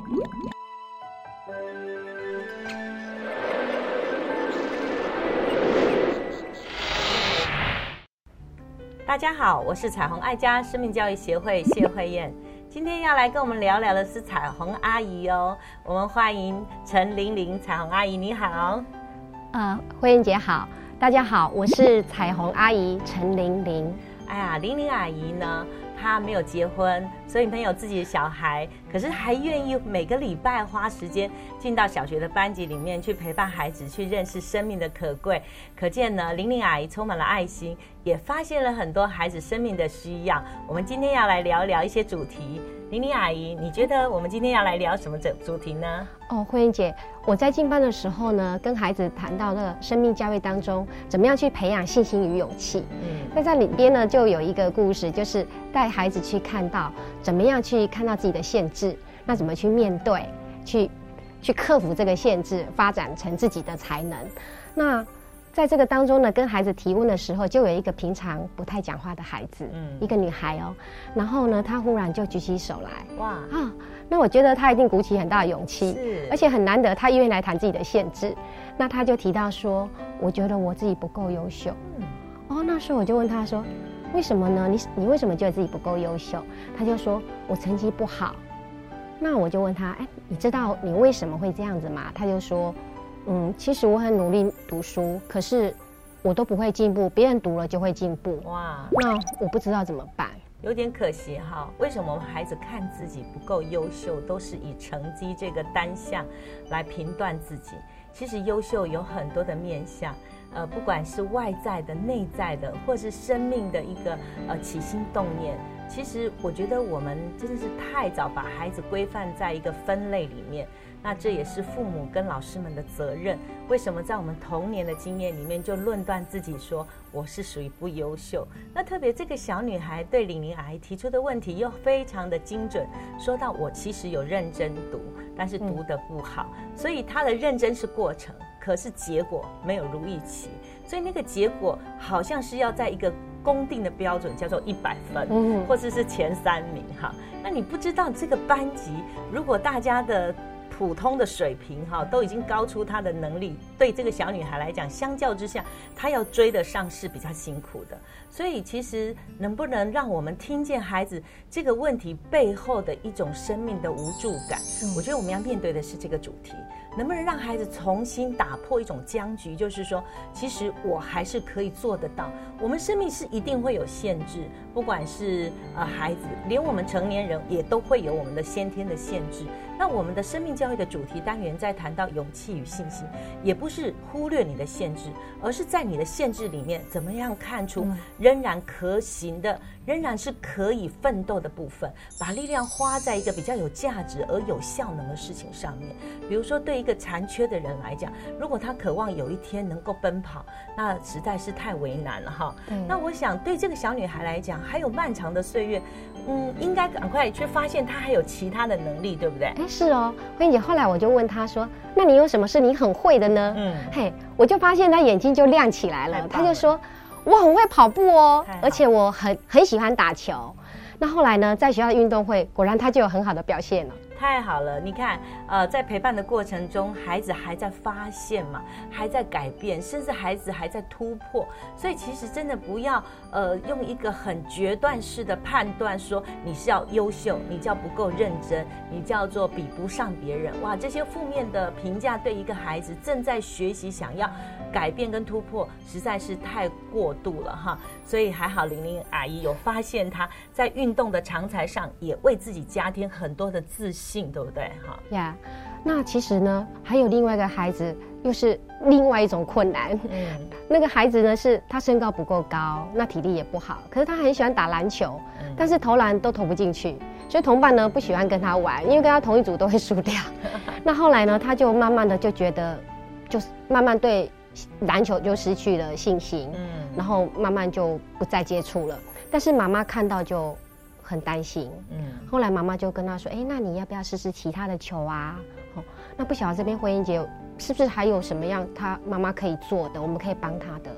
大家好，我是彩虹爱家生命教育协会谢慧燕，今天要来跟我们聊聊的是彩虹阿姨哦。我们欢迎陈玲玲，彩虹阿姨你好。 慧燕姐好，大家好，我是彩虹阿姨陈玲玲。 哎呀，玲玲阿姨呢，她没有结婚，所以没有自己的小孩，可是还愿意每个礼拜花时间进到小学的班级里面去陪伴孩子，去认识生命的可贵。可见呢，玲玲阿姨充满了爱心，也发现了很多孩子生命的需要。我们今天要来聊聊一些主题。玲玲阿姨，你觉得我们今天要来聊什么主题呢？ 慧燕姐，我在进班的时候呢，跟孩子谈到了生命教育当中，怎么样去培养信心与勇气。那在里边呢，就有一个故事，就是带孩子去看到怎么样去看到自己的限制，那怎么去面对，去克服这个限制，发展成自己的才能。那在这个当中呢，跟孩子提问的时候，就有一个平常不太讲话的孩子，一个女孩哦，然后呢，她忽然就举起手来，哇啊！那我觉得她一定鼓起很大的勇气，而且很难得，她愿意来谈自己的限制。那她就提到说，我觉得我自己不够优秀。那时候我就问她说，为什么呢？你为什么觉得自己不够优秀？她就说我成绩不好。那我就问她，你知道你为什么会这样子吗？她就说，其实我很努力读书，可是我都不会进步，别人读了就会进步。哇，那我不知道怎么办， 有点可惜哈。为什么我们孩子看自己不够优秀，都是以成绩这个单项来评断自己？其实优秀有很多的面向，不管是外在的、内在的，或是生命的一个起心动念。其实我觉得我们真的是太早把孩子规范在一个分类里面。那这也是父母跟老师们的责任。为什么在我们童年的经验里面就论断自己说我是属于不优秀？那特别这个小女孩对玲玲阿姨提出的问题又非常的精准，说到我其实有认真读，但是读得不好，所以她的认真是过程，可是结果没有如预期，所以那个结果好像是要在一个公定的标准叫做100分，或者是前3名哈。那你不知道这个班级如果大家的普通的水平都已经高出她的能力，对这个小女孩来讲，相较之下她要追得上是比较辛苦的。所以其实能不能让我们听见孩子这个问题背后的一种生命的无助感，我觉得我们要面对的是这个主题。能不能让孩子重新打破一种僵局，就是说其实我还是可以做得到。我们生命是一定会有限制，不管是孩子，连我们成年人也都会有我们的先天的限制。那我们的生命教育的主题单元在谈到勇气与信心，也不是忽略你的限制，而是在你的限制里面怎么样看出仍然可行的，仍然是可以奋斗的部分，把力量花在一个比较有价值而有效能的事情上面。比如说对一个残缺的人来讲，如果他渴望有一天能够奔跑，那实在是太为难了哈。那我想对这个小女孩来讲，还有漫长的岁月，应该赶快去发现她还有其他的能力，对不对？ 是哦，慧燕姐，后来我就问她说，那你有什么是你很会的呢？我就发现她眼睛就亮起来了，她就说我很会跑步哦，而且我很喜欢打球。那后来呢，在学校的运动会，果然她就有很好的表现了。 太好了，你看，在陪伴的过程中，孩子还在发现嘛，还在改变，甚至孩子还在突破。所以其实真的不要用一个很决断式的判断说你是要优秀，你叫不够认真，你叫做比不上别人。哇，这些负面的评价对一个孩子正在学习想要改变跟突破，实在是太过度了哈。所以还好玲玲阿姨有发现她在运动的长才上也为自己加添很多的自信，对不对哈？呀， 那其实呢，还有另外一个孩子，又是另外一种困难。那个孩子呢，是他身高不够高，那体力也不好，可是他很喜欢打篮球，但是投篮都投不进去，所以同伴呢不喜欢跟他玩，因为跟他同一组都会输掉。那后来呢，他就慢慢的就觉得，就是慢慢对篮球就失去了信心，然后慢慢就不再接触了。但是妈妈看到就很担心，后来妈妈就跟他说，那你要不要试试其他的球啊？那不晓得这边慧英姐是不是还有什么样她妈妈可以做的，我们可以帮她的？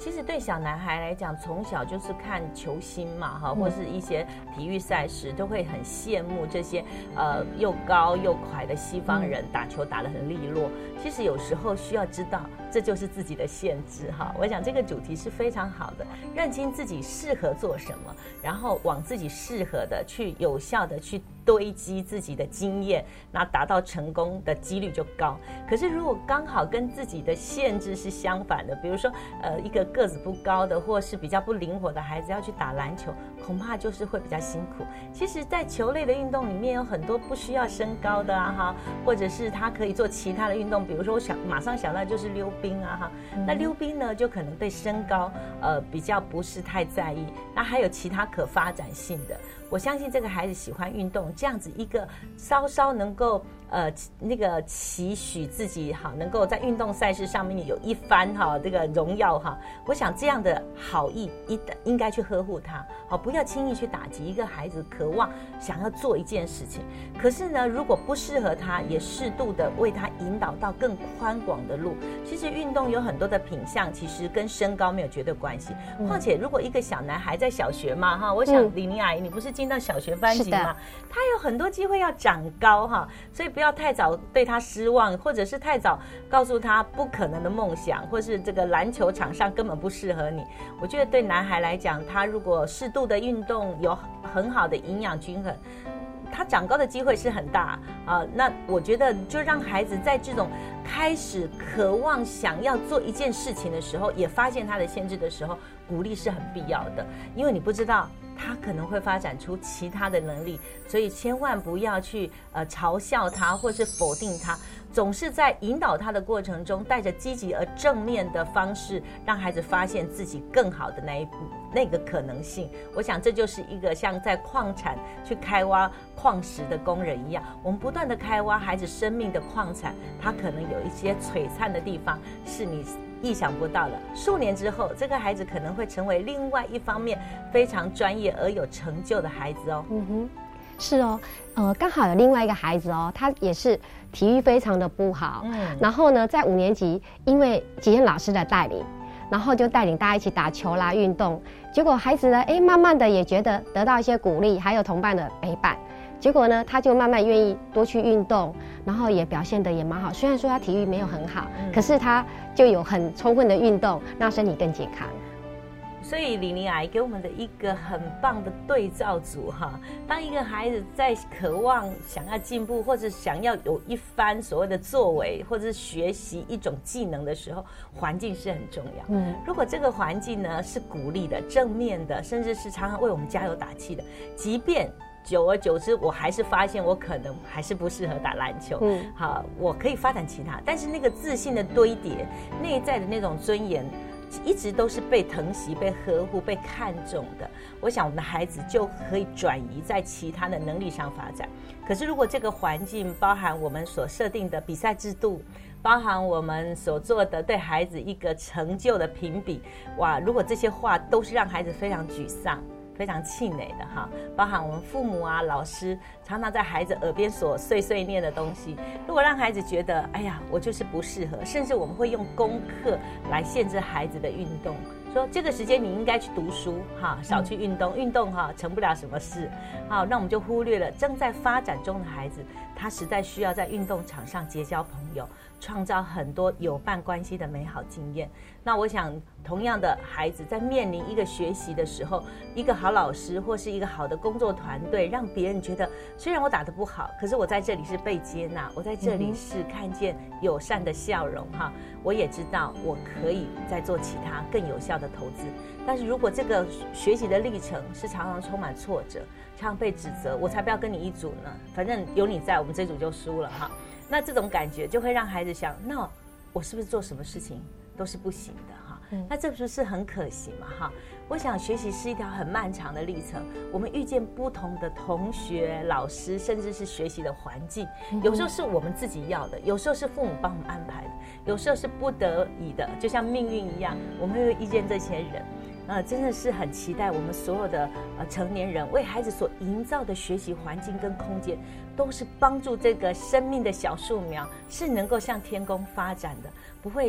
其实对小男孩来讲，从小就是看球星嘛，哈，或是一些体育赛事，都会很羡慕这些又高又快的西方人打球打得很利落。其实有时候需要知道，这就是自己的限制哈。我想这个主题是非常好的，认清自己适合做什么，然后往自己适合的去有效的去堆积自己的经验，那达到成功的几率就高。可是如果刚好跟自己的限制是相反的，比如说一个个子不高的或是比较不灵活的孩子要去打篮球，恐怕就是会比较辛苦。其实在球类的运动里面有很多不需要身高的啊哈，或者是他可以做其他的运动，比如说我马上想到就是溜冰啊哈。那溜冰呢就可能对身高比较不是太在意，那还有其他可发展性的。我相信这个孩子喜欢运动，这样子一个稍稍能够那个期许自己好，能够在运动赛事上面有一番哈这个荣耀哈。我想这样的好意应该去呵护他，好，不要轻易去打击一个孩子渴望想要做一件事情。可是呢，如果不适合他，也适度的为他引导到更宽广的路。其实运动有很多的品项，其实跟身高没有绝对关系。况且如果一个小男孩在小学嘛哈，我想李宁阿姨你不是进到小学班级嘛，他有很多机会要长高哈，所以不要太早对他失望，或者是太早告诉他不可能的梦想，或是这个篮球场上根本不适合你。我觉得对男孩来讲，他如果适度的运动，有很好的营养均衡，他长高的机会是很大啊。那我觉得就让孩子在这种开始渴望想要做一件事情的时候，也发现他的限制的时候，鼓励是很必要的，因为你不知道他可能会发展出其他的能力，所以千万不要去嘲笑他或是否定他，总是在引导他的过程中，带着积极而正面的方式，让孩子发现自己更好的那个可能性。我想这就是一个像在矿产去开挖矿石的工人一样，我们不断的开挖孩子生命的矿产，他可能有一些璀璨的地方是你意想不到的。数年之后，这个孩子可能会成为另外一方面非常专业而有成就的孩子哦。 是哦，刚好有另外一个孩子哦，他也是体育非常的不好，然后呢，在5年级，因为吉恩老师的带领，然后就带领大家一起打球啦、运动，结果孩子呢，慢慢的也觉得得到一些鼓励，还有同伴的陪伴。结果呢，他就慢慢愿意多去运动，然后也表现得也蛮好。虽然说他体育没有很好，可是他就有很充分的运动，让身体更健康。 所以李宁阿姨给我们的一个很棒的对照组哈，当一个孩子在渴望想要进步，或者想要有一番所谓的作为，或者是学习一种技能的时候，环境是很重要。如果这个环境呢是鼓励的、正面的，甚至是常常为我们加油打气的，即便久而久之，我还是发现我可能还是不适合打篮球。好，我可以发展其他，但是那个自信的堆叠，内在的那种尊严，一直都是被疼惜、被呵护、被看重的。我想我们的孩子就可以转移在其他的能力上发展。可是如果这个环境包含我们所设定的比赛制度，包含我们所做的对孩子一个成就的评比，哇，如果这些话都是让孩子非常沮丧、非常气馁的哈，包含我们父母啊、老师常常在孩子耳边所碎碎念的东西，如果让孩子觉得哎呀我就是不适合，甚至我们会用功课来限制孩子的运动，说这个时间你应该去读书哈，少去运动，运动哈成不了什么事。好，那我们就忽略了正在发展中的孩子，他实在需要在运动场上结交朋友，创造很多有伴关系的美好经验。那我想同样的孩子在面临一个学习的时候，一个好老师或是一个好的工作团队，让别人觉得虽然我打得不好，可是我在这里是被接纳，我在这里是看见友善的笑容哈，我也知道我可以再做其他更有效的投资。但是如果这个学习的历程是常常充满挫折，常常被指责，我才不要跟你一组呢，反正有你在，我们这组就输了哈。那这种感觉就会让孩子想，那我是不是做什么事情都是不行的哈？那这不是很可惜嘛哈？我想学习是一条很漫长的历程，我们遇见不同的同学、老师，甚至是学习的环境，有时候是我们自己要的，有时候是父母帮我们安排的，有时候是不得已的，就像命运一样，我们会遇见这些人。真的是很期待我们所有的成年人为孩子所营造的学习环境跟空间，都是帮助这个生命的小树苗是能够向天空发展的，不会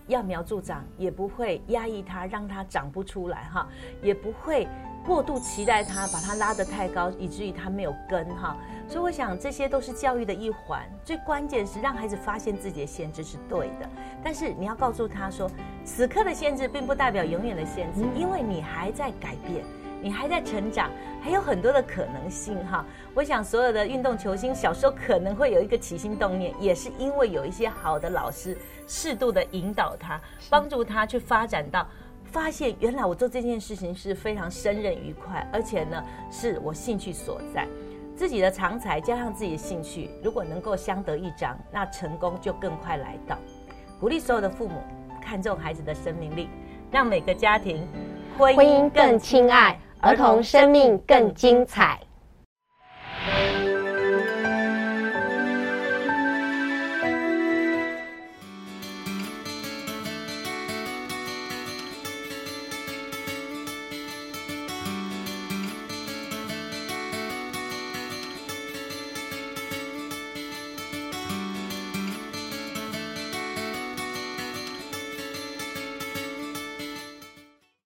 揠苗助长，也不会压抑他，让他长不出来哈，也不会过度期待他，把他拉得太高，以至于他没有根哈。所以我想这些都是教育的一环，最关键是让孩子发现自己的限制是对的，但是你要告诉他说，此刻的限制并不代表永远的限制，因为你还在改变，你还在成长，还有很多的可能性哈。我想所有的运动球星小时候可能会有一个起心动念，也是因为有一些好的老师适度的引导他，帮助他去发展到发现原来我做这件事情是非常胜任愉快，而且呢是我兴趣所在。自己的长才加上自己的兴趣，如果能够相得益彰，那成功就更快来到。鼓励所有的父母看重孩子的生命力，让每个家庭婚姻更亲爱，儿童生命更精彩。